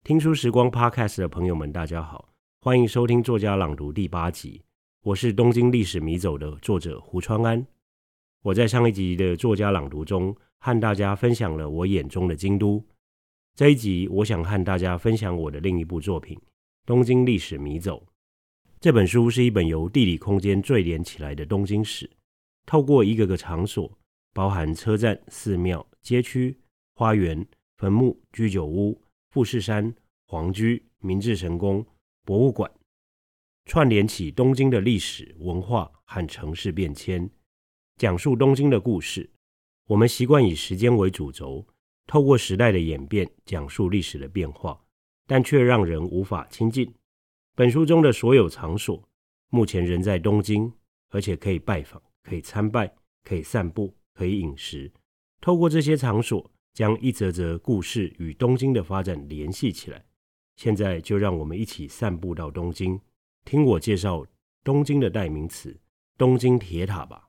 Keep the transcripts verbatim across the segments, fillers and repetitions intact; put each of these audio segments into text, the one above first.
听书时光 Podcast 的朋友们，大家好，欢迎收听作家朗读第八集。我是东京历史迷走的作者胡川安。我在上一集的作家朗读中，和大家分享了我眼中的京都。这一集，我想和大家分享我的另一部作品《东京历史迷走》。这本书是一本由地理空间缀连起来的东京史，透过一个个场所，包含车站、寺庙、街区、花园、坟墓、居酒屋、富士山、皇居、明治神宫、博物馆，串联起东京的历史、文化和城市变迁，讲述东京的故事。我们习惯以时间为主轴，透过时代的演变讲述历史的变化，但却让人无法亲近。本书中的所有场所，目前仍在东京，而且可以拜访、可以参拜、可以散步、可以饮食。透过这些场所，将一则则故事与东京的发展联系起来。现在就让我们一起散步到东京，听我介绍东京的代名词——东京铁塔吧。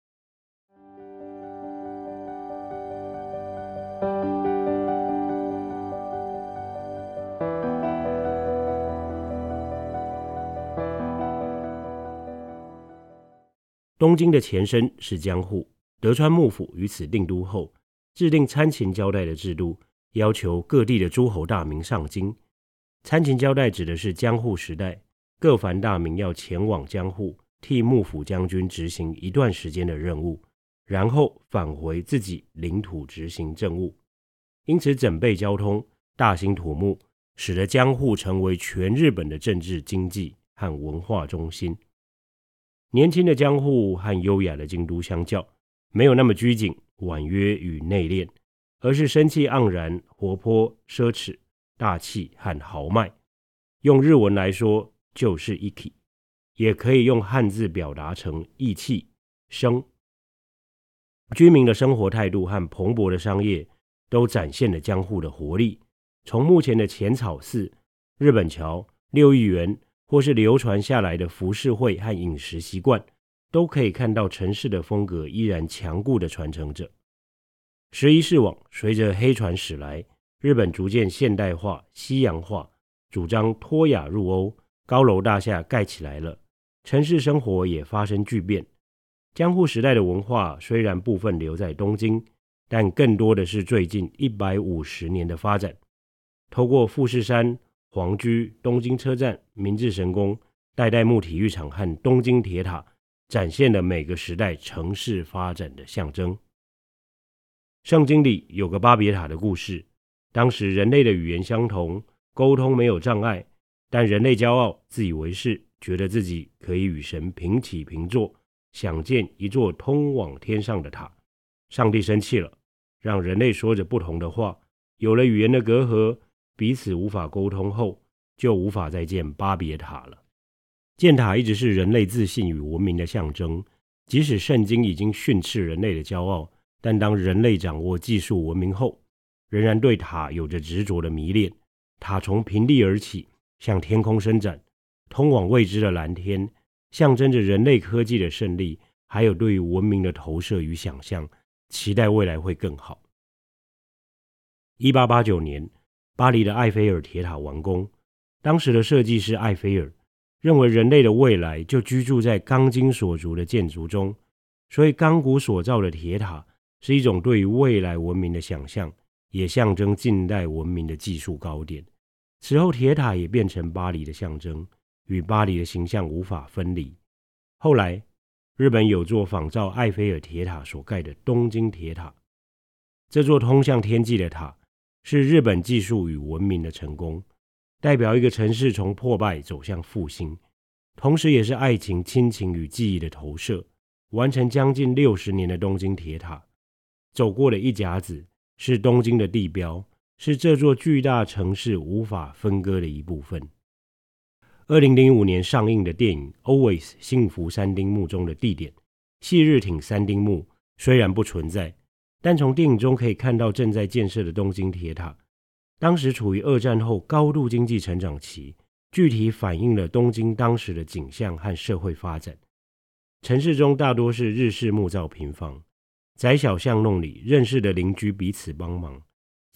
东京的前身是江户，德川幕府于此定都后，制定参勤交代的制度，要求各地的诸侯大名上京。参勤交代指的是江户时代，各藩大名要前往江户，替幕府将军执行一段时间的任务，然后返回自己领土执行政务。因此整备交通，大兴土木，使得江户成为全日本的政治、经济和文化中心。年轻的江户和优雅的京都相较，没有那么拘谨、婉约与内敛，而是生气盎然、活泼、奢侈、大气和豪迈。用日文来说就是一体，也可以用汉字表达成意气、生。居民的生活态度和蓬勃的商业都展现了江户的活力。从目前的浅草寺、日本桥、六义园，或是流传下来的浮世绘和饮食习惯，都可以看到城市的风格依然强固的传承着。时移世往，随着黑船驶来，日本逐渐现代化、西洋化，主张脱亚入欧，高楼大厦盖起来了，城市生活也发生巨变。江户时代的文化虽然部分留在东京，但更多的是最近一百五十年的发展。透过富士山、皇居、东京车站、明治神宫、代代木体育场和东京铁塔，展现了每个时代城市发展的象征。圣经里有个巴别塔的故事，当时人类的语言相同，沟通没有障碍，但人类骄傲、自以为是，觉得自己可以与神平起平坐，想建一座通往天上的塔。上帝生气了，让人类说着不同的话，有了语言的隔阂，彼此无法沟通后，就无法再建巴别塔了。建塔一直是人类自信与文明的象征，即使圣经已经训斥人类的骄傲，但当人类掌握技术文明后，仍然对塔有着执着的迷恋。塔从平地而起，向天空伸展，通往未知的蓝天，象征着人类科技的胜利，还有对于文明的投射与想象，期待未来会更好。一八八九年，巴黎的埃菲尔铁塔完工，当时的设计师埃菲尔认为人类的未来就居住在钢筋所筑的建筑中，所以钢骨所造的铁塔是一种对于未来文明的想象，也象征近代文明的技术高点。此后铁塔也变成巴黎的象征，与巴黎的形象无法分离。后来日本有座仿照埃菲尔铁塔所盖的东京铁塔，这座通向天际的塔是日本技术与文明的成功，代表一个城市从破败走向复兴，同时也是爱情、亲情与记忆的投射。完成将近六十年的东京铁塔，走过的一甲子，是东京的地标，是这座巨大城市无法分割的一部分。二零零五年上映的电影《Always 幸福三丁目》中的地点细日町三丁目虽然不存在，但从电影中可以看到正在建设的东京铁塔，当时处于二战后高度经济成长期，具体反映了东京当时的景象和社会发展。城市中大多是日式木造平房，窄小巷弄里认识的邻居彼此帮忙，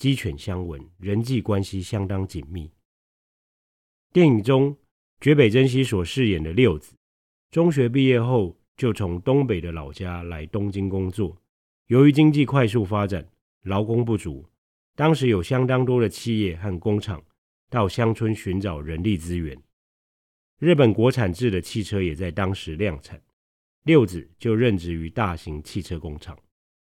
鸡犬相闻，人际关系相当紧密。电影中堀北真希所饰演的六子，中学毕业后就从东北的老家来东京工作，由于经济快速发展，劳工不足，当时有相当多的企业和工厂到乡村寻找人力资源。日本国产制的汽车也在当时量产，六子就任职于大型汽车工厂。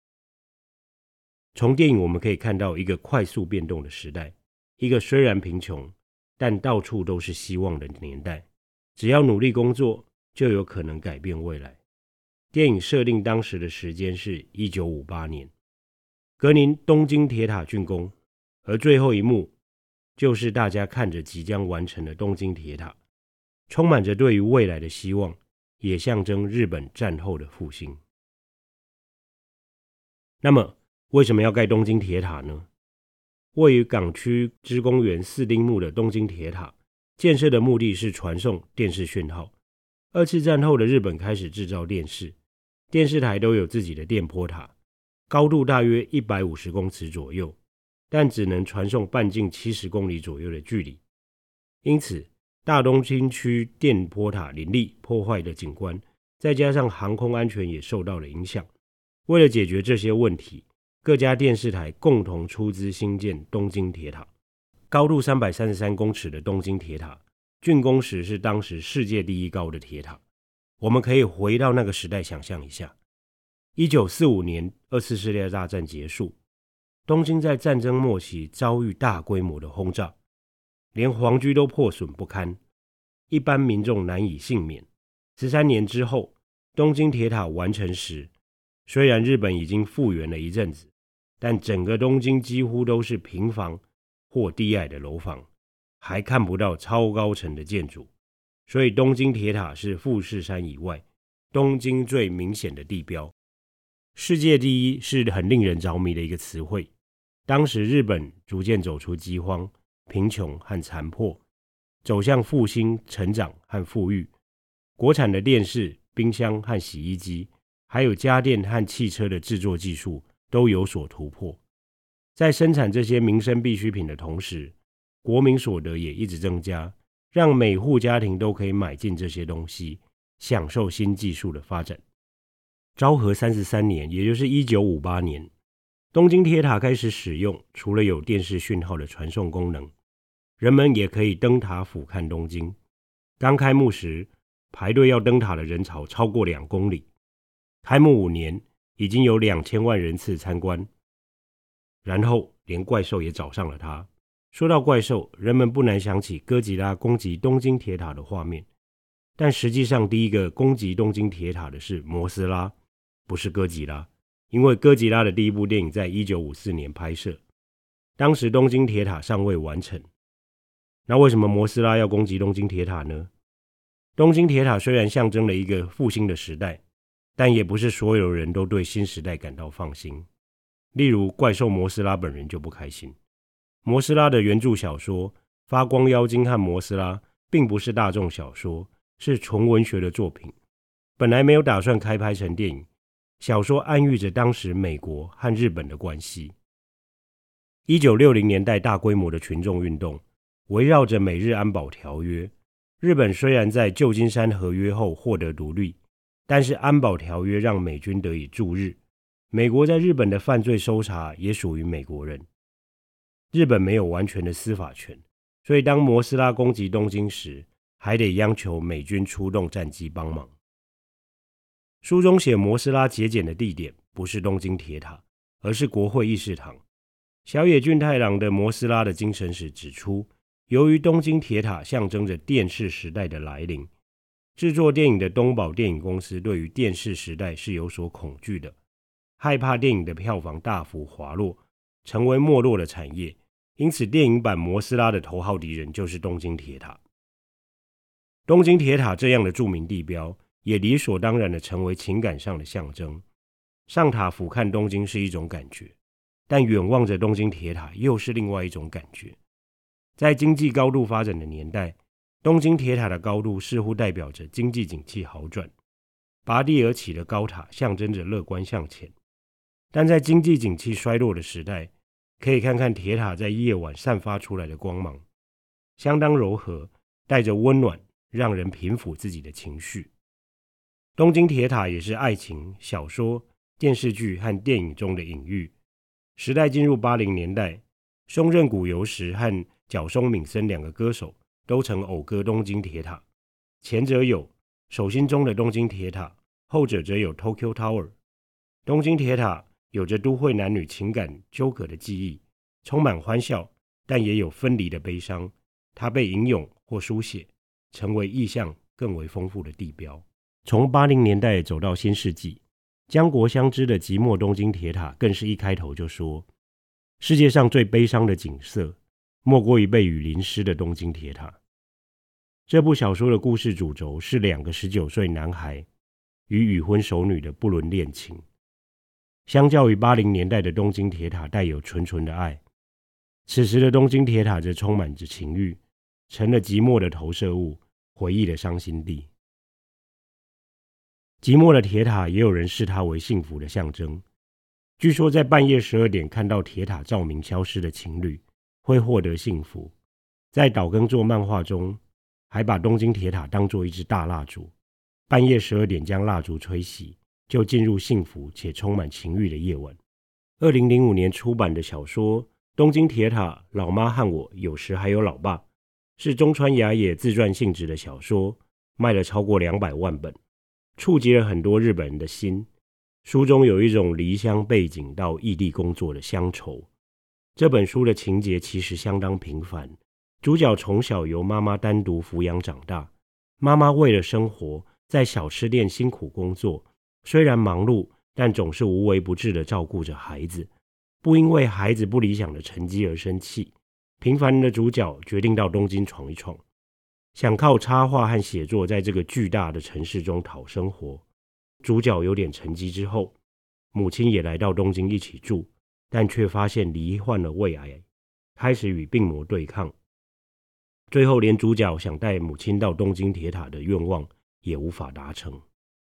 从电影我们可以看到一个快速变动的时代，一个虽然贫穷，但到处都是希望的年代。只要努力工作，就有可能改变未来。电影设定当时的时间是一九五八年，格林东京铁塔竣工，而最后一幕就是大家看着即将完成的东京铁塔，充满着对于未来的希望，也象征日本战后的复兴。那么为什么要盖东京铁塔呢？位于港区之公园四丁目的东京铁塔，建设的目的是传送电视讯号。二次战后的日本开始制造电视，电视台都有自己的电波塔，高度大约一百五十公尺左右，但只能传送半径七十公里左右的距离。因此，大东京区电波塔林立破坏的景观，再加上航空安全也受到了影响。为了解决这些问题，各家电视台共同出资兴建东京铁塔。高度三百三十三公尺的东京铁塔，竣工时是当时世界第一高的铁塔。我们可以回到那个时代想象一下，一九四五年二次世界大战结束，东京在战争末期遭遇大规模的轰炸，连皇居都破损不堪，一般民众难以幸免。十三年之后，东京铁塔完成时，虽然日本已经复原了一阵子，但整个东京几乎都是平房或低矮的楼房，还看不到超高层的建筑，所以东京铁塔是富士山以外东京最明显的地标。世界第一是很令人着迷的一个词汇。当时日本逐渐走出饥荒、贫穷和残破，走向复兴、成长和富裕。国产的电视、冰箱和洗衣机，还有家电和汽车的制作技术都有所突破。在生产这些民生必需品的同时，国民所得也一直增加，让每户家庭都可以买进这些东西，享受新技术的发展。昭和三十三年，也就是一九五八年，东京铁塔开始使用，除了有电视讯号的传送功能，人们也可以登塔俯瞰东京。刚开幕时，排队要登塔的人潮超过两公里。开幕五年，已经有两千万人次参观。然后，连怪兽也找上了它。说到怪兽，人们不难想起哥吉拉攻击东京铁塔的画面，但实际上第一个攻击东京铁塔的是摩斯拉，不是哥吉拉，因为哥吉拉的第一部电影在一九五四年拍摄，当时东京铁塔尚未完成。那为什么摩斯拉要攻击东京铁塔呢？东京铁塔虽然象征了一个复兴的时代，但也不是所有人都对新时代感到放心。例如怪兽摩斯拉本人就不开心。摩斯拉的原著小说《发光妖精和摩斯拉》并不是大众小说，是纯文学的作品，本来没有打算开拍成电影。小说暗喻着当时美国和日本的关系。一九六零年代大规模的群众运动围绕着美日安保条约。日本虽然在旧金山合约后获得独立，但是安保条约让美军得以驻日，美国在日本的犯罪搜查也属于美国人。日本没有完全的司法权，所以当摩斯拉攻击东京时，还得央求美军出动战机帮忙。书中写摩斯拉节俭的地点不是东京铁塔，而是国会议事堂。小野俊太郎的《摩斯拉的精神史》指出，由于东京铁塔象征着电视时代的来临，制作电影的东宝电影公司对于电视时代是有所恐惧的，害怕电影的票房大幅滑落，成为没落的产业，因此电影版摩斯拉的头号敌人就是东京铁塔。东京铁塔这样的著名地标，也理所当然的成为情感上的象征。上塔俯瞰东京是一种感觉，但远望着东京铁塔又是另外一种感觉。在经济高度发展的年代，东京铁塔的高度似乎代表着经济景气好转，拔地而起的高塔象征着乐观向前。但在经济景气衰落的时代， 可以看看铁塔在夜晚散发出来的光芒，相当柔和，带着温暖，让人平抚自己的情绪。东京铁塔也是爱情、小说、电视剧和电影中的隐喻。时代进入八零年代，松任谷由实和角松敏森两个歌手都曾讴歌东京铁塔，前者有手心中的东京铁塔，后者则有 Tokyo Tower。 东京铁塔有着都会男女情感纠葛的记忆，充满欢笑，但也有分离的悲伤。它被吟咏或书写，成为意象更为丰富的地标。从八零年代走到新世纪，江国相之的《寂寞东京铁塔》更是一开头就说，世界上最悲伤的景色，莫过于被雨淋湿的东京铁塔。这部小说的故事主轴是两个十九岁男孩与已婚熟女的不伦恋情。相较于八零年代的东京铁塔带有纯纯的爱，此时的东京铁塔则充满着情欲，成了寂寞的投射物，回忆的伤心地。寂寞的铁塔也有人视它为幸福的象征。据说在半夜十二点看到铁塔照明消失的情侣会获得幸福。在岛根作漫画中还把东京铁塔当作一支大蜡烛，半夜十二点将蜡烛吹熄，就进入幸福且充满情欲的夜晚。二零零五年出版的小说《东京铁塔：老妈和我有时还有老爸》是中川雅也自传性质的小说，卖了超过两百万本，触及了很多日本人的心。书中有一种离乡背井到异地工作的乡愁。这本书的情节其实相当平凡，主角从小由妈妈单独抚养长大，妈妈为了生活在小吃店辛苦工作，虽然忙碌，但总是无微不至地照顾着孩子，不因为孩子不理想的成绩而生气。平凡的主角决定到东京闯一闯，想靠插画和写作在这个巨大的城市中讨生活。主角有点成绩之后，母亲也来到东京一起住，但却发现罹患了胃癌，开始与病魔对抗。最后连主角想带母亲到东京铁塔的愿望也无法达成。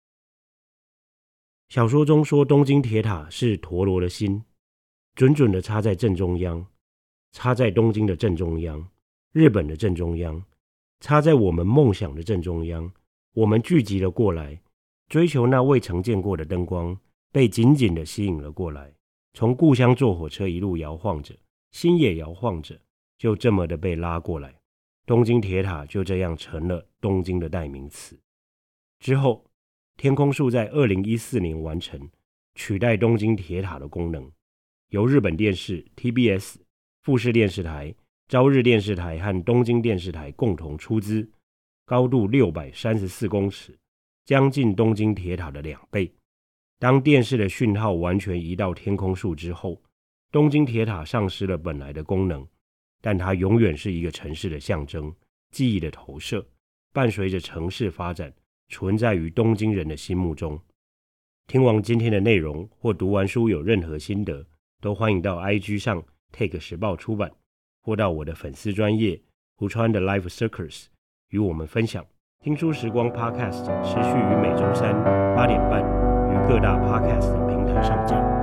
小说中说东京铁塔是陀螺的心，准准地插在正中央，插在东京的正中央，日本的正中央，插在我们梦想的正中央。我们聚集了过来，追求那未曾见过的灯光，被紧紧地吸引了过来。从故乡坐火车一路摇晃着，心也摇晃着，就这么的被拉过来。东京铁塔就这样成了东京的代名词。之后天空树在二零一四年完成，取代东京铁塔的功能，由日本电视 T B S、 富士电视台、朝日电视台和东京电视台共同出资，高度六百三十四公尺，将近东京铁塔的两倍。当电视的讯号完全移到天空树之后，东京铁塔丧失了本来的功能，但它永远是一个城市的象征，记忆的投射，伴随着城市发展，存在于东京人的心目中。听完今天的内容或读完书有任何心得，都欢迎到 I G 上 Take 时报出版，或到我的粉丝专页胡川的 Life Circus 与我们分享。听书时光 Podcast 持续于每周三八点半于各大 Podcast 平台上架。